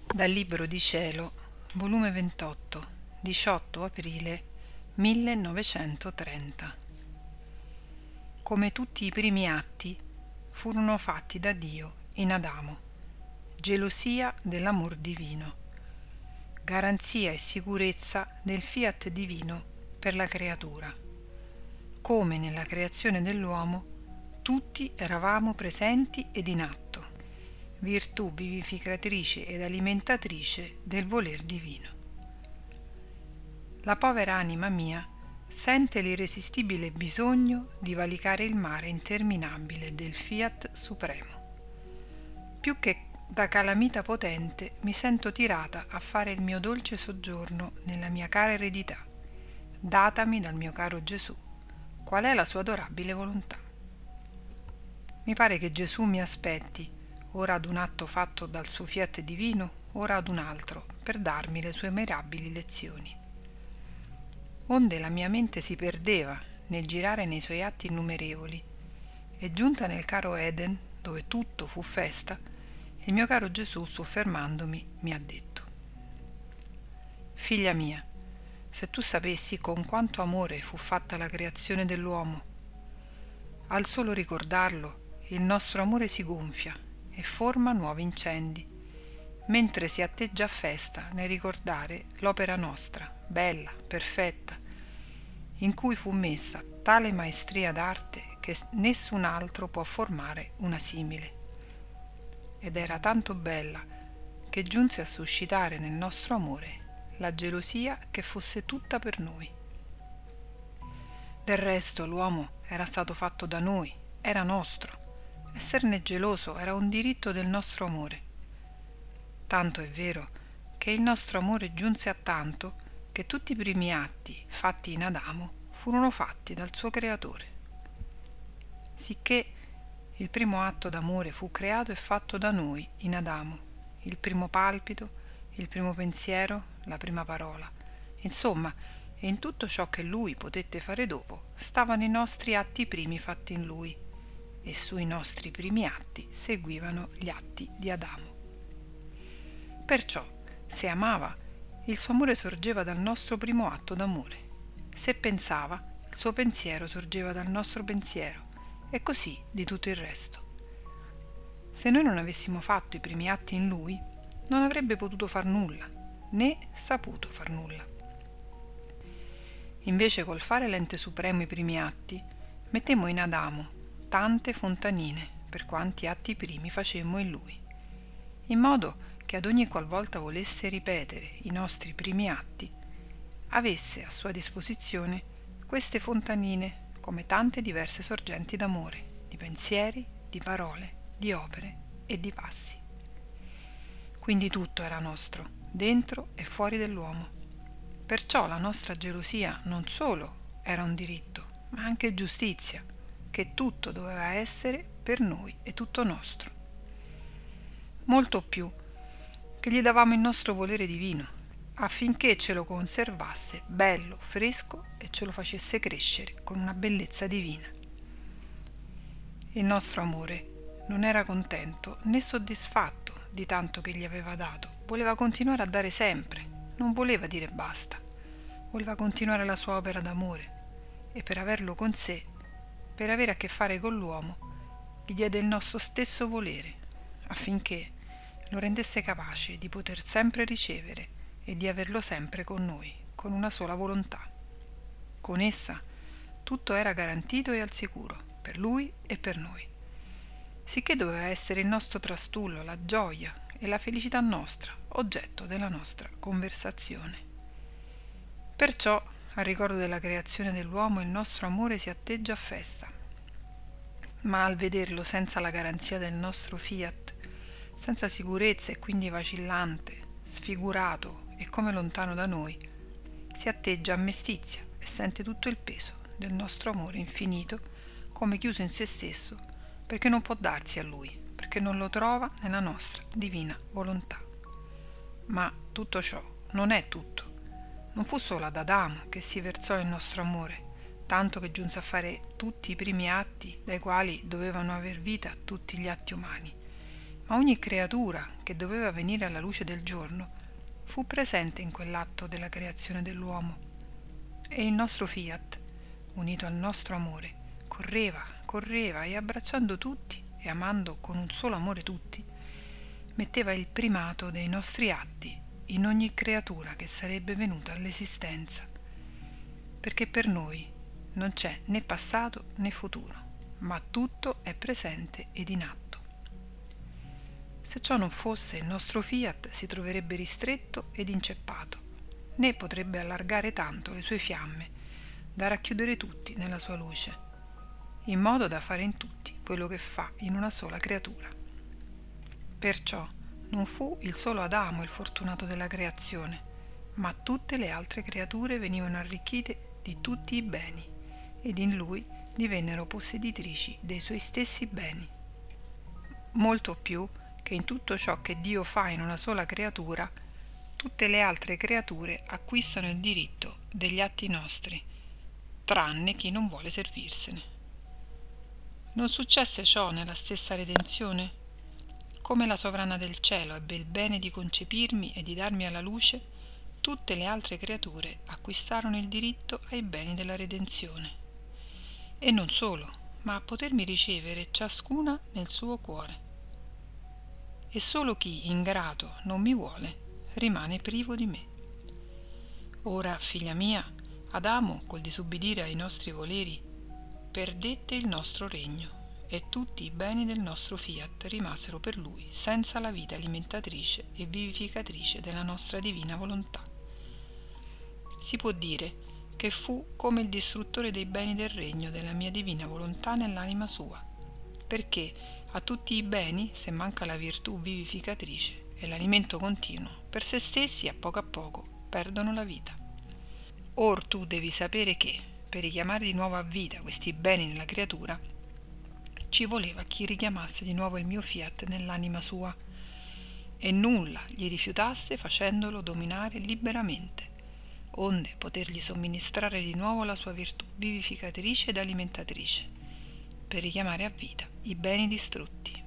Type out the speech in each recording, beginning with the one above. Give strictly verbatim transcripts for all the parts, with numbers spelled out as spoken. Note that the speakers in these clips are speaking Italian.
Dal Libro di Cielo, volume ventotto, diciotto aprile millenovecentotrenta. Come tutti i primi atti, furono fatti da Dio in Adamo, gelosia dell'amor divino, garanzia e sicurezza del fiat divino per la creatura. Come nella creazione dell'uomo, tutti eravamo presenti ed in atto, virtù vivificatrice ed alimentatrice del voler divino. La povera anima mia sente l'irresistibile bisogno di valicare il mare interminabile del Fiat Supremo. Più che da calamita potente mi sento tirata a fare il mio dolce soggiorno nella mia cara eredità, datami dal mio caro Gesù, qual è la sua adorabile volontà. Mi pare che Gesù mi aspetti, ora ad un atto fatto dal suo fiat divino, ora ad un altro, per darmi le sue mirabili lezioni. Onde la mia mente si perdeva nel girare nei suoi atti innumerevoli, e giunta nel caro Eden, dove tutto fu festa, il mio caro Gesù, soffermandomi, mi ha detto: «Figlia mia, se tu sapessi con quanto amore fu fatta la creazione dell'uomo, al solo ricordarlo il nostro amore si gonfia e forma nuovi incendi, mentre si atteggia a festa nel ricordare l'opera nostra, bella, perfetta, in cui fu messa tale maestria d'arte che nessun altro può formare una simile. Ed era tanto bella che giunse a suscitare nel nostro amore la gelosia che fosse tutta per noi. Del resto l'uomo era stato fatto da noi, era nostro. Esserne geloso era un diritto del nostro amore. Tanto è vero che il nostro amore giunse a tanto che tutti i primi atti fatti in Adamo furono fatti dal suo creatore. Sicché il primo atto d'amore fu creato e fatto da noi in Adamo, il primo palpito, il primo pensiero, la prima parola. Insomma, in tutto ciò che lui potette fare dopo stavano i nostri atti primi fatti in lui, e sui nostri primi atti seguivano gli atti di Adamo. Perciò, se amava, il suo amore sorgeva dal nostro primo atto d'amore; se pensava, il suo pensiero sorgeva dal nostro pensiero, e così di tutto il resto. Se noi non avessimo fatto i primi atti in lui, non avrebbe potuto far nulla, né saputo far nulla. Invece col fare l'ente supremo i primi atti, mettemmo in Adamo tante fontanine per quanti atti primi facemmo in lui, in modo che ad ogni qualvolta volesse ripetere i nostri primi atti, avesse a sua disposizione queste fontanine come tante diverse sorgenti d'amore, di pensieri, di parole, di opere e di passi. Quindi tutto era nostro, dentro e fuori dell'uomo. Perciò la nostra gelosia non solo era un diritto, ma anche giustizia, che tutto doveva essere per noi e tutto nostro. Molto più che gli davamo il nostro volere divino, affinché ce lo conservasse bello, fresco e ce lo facesse crescere con una bellezza divina. Il nostro amore non era contento né soddisfatto di tanto che gli aveva dato, voleva continuare a dare sempre, non voleva dire basta, voleva continuare la sua opera d'amore, e per averlo con sé, per avere a che fare con l'uomo, gli diede il nostro stesso volere, affinché lo rendesse capace di poter sempre ricevere e di averlo sempre con noi, con una sola volontà. Con essa tutto era garantito e al sicuro, per lui e per noi, sicché doveva essere il nostro trastullo, la gioia e la felicità nostra, oggetto della nostra conversazione. Perciò, al ricordo della creazione dell'uomo, il nostro amore si atteggia a festa, ma al vederlo senza la garanzia del nostro fiat, senza sicurezza e quindi vacillante, sfigurato e come lontano da noi, si atteggia a mestizia e sente tutto il peso del nostro amore infinito come chiuso in se stesso, perché non può darsi a lui, perché non lo trova nella nostra divina volontà. Ma tutto ciò non è tutto. Non fu solo ad Adamo che si versò il nostro amore, tanto che giunse a fare tutti i primi atti dai quali dovevano aver vita tutti gli atti umani, ma ogni creatura che doveva venire alla luce del giorno fu presente in quell'atto della creazione dell'uomo, e il nostro fiat, unito al nostro amore, correva, correva e abbracciando tutti e amando con un solo amore tutti, metteva il primato dei nostri atti in ogni creatura che sarebbe venuta all'esistenza, perché per noi non c'è né passato né futuro, ma tutto è presente ed in atto. Se ciò non fosse, il nostro fiat si troverebbe ristretto ed inceppato, né potrebbe allargare tanto le sue fiamme da racchiudere tutti nella sua luce, in modo da fare in tutti quello che fa in una sola creatura. Perciò non fu il solo Adamo il fortunato della creazione, ma tutte le altre creature venivano arricchite di tutti i beni, ed in lui divennero posseditrici dei suoi stessi beni. Molto più che in tutto ciò che Dio fa in una sola creatura, tutte le altre creature acquistano il diritto degli atti nostri, tranne chi non vuole servirsene. Non successe ciò nella stessa redenzione? Come la sovrana del cielo ebbe il bene di concepirmi e di darmi alla luce, tutte le altre creature acquistarono il diritto ai beni della redenzione. E non solo, ma a potermi ricevere ciascuna nel suo cuore. E solo chi, ingrato, non mi vuole, rimane privo di me. Ora, figlia mia, Adamo, col disubbidire ai nostri voleri, perdette il nostro regno, e tutti i beni del nostro fiat rimasero per lui senza la vita alimentatrice e vivificatrice della nostra divina volontà. Si può dire che fu come il distruttore dei beni del regno della mia divina volontà nell'anima sua, perché a tutti i beni, se manca la virtù vivificatrice e l'alimento continuo, per se stessi a poco a poco perdono la vita. Or tu devi sapere che, per richiamare di nuovo a vita questi beni nella creatura, ci voleva chi richiamasse di nuovo il mio fiat nell'anima sua, e nulla gli rifiutasse facendolo dominare liberamente, onde potergli somministrare di nuovo la sua virtù vivificatrice ed alimentatrice, per richiamare a vita i beni distrutti.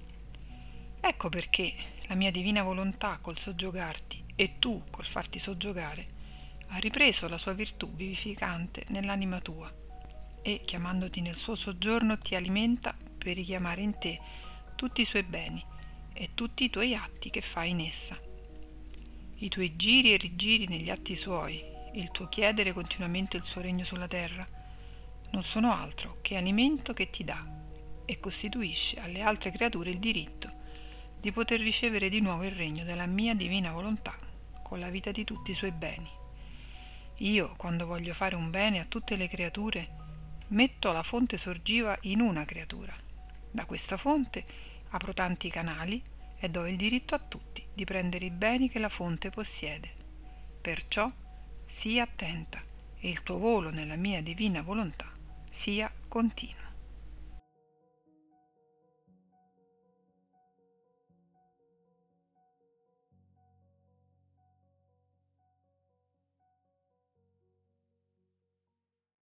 Ecco perché la mia divina volontà col soggiogarti e tu col farti soggiogare ha ripreso la sua virtù vivificante nell'anima tua, e chiamandoti nel suo soggiorno ti alimenta per richiamare in te tutti i suoi beni e tutti i tuoi atti che fai in essa. I tuoi giri e rigiri negli atti suoi, il tuo chiedere continuamente il suo regno sulla terra, non sono altro che alimento che ti dà e costituisce alle altre creature il diritto di poter ricevere di nuovo il regno della mia divina volontà con la vita di tutti i suoi beni. Io, quando voglio fare un bene a tutte le creature, metto la fonte sorgiva in una creatura. Da questa fonte apro tanti canali e do il diritto a tutti di prendere i beni che la fonte possiede. Perciò sii attenta e il tuo volo nella mia divina volontà sia continuo.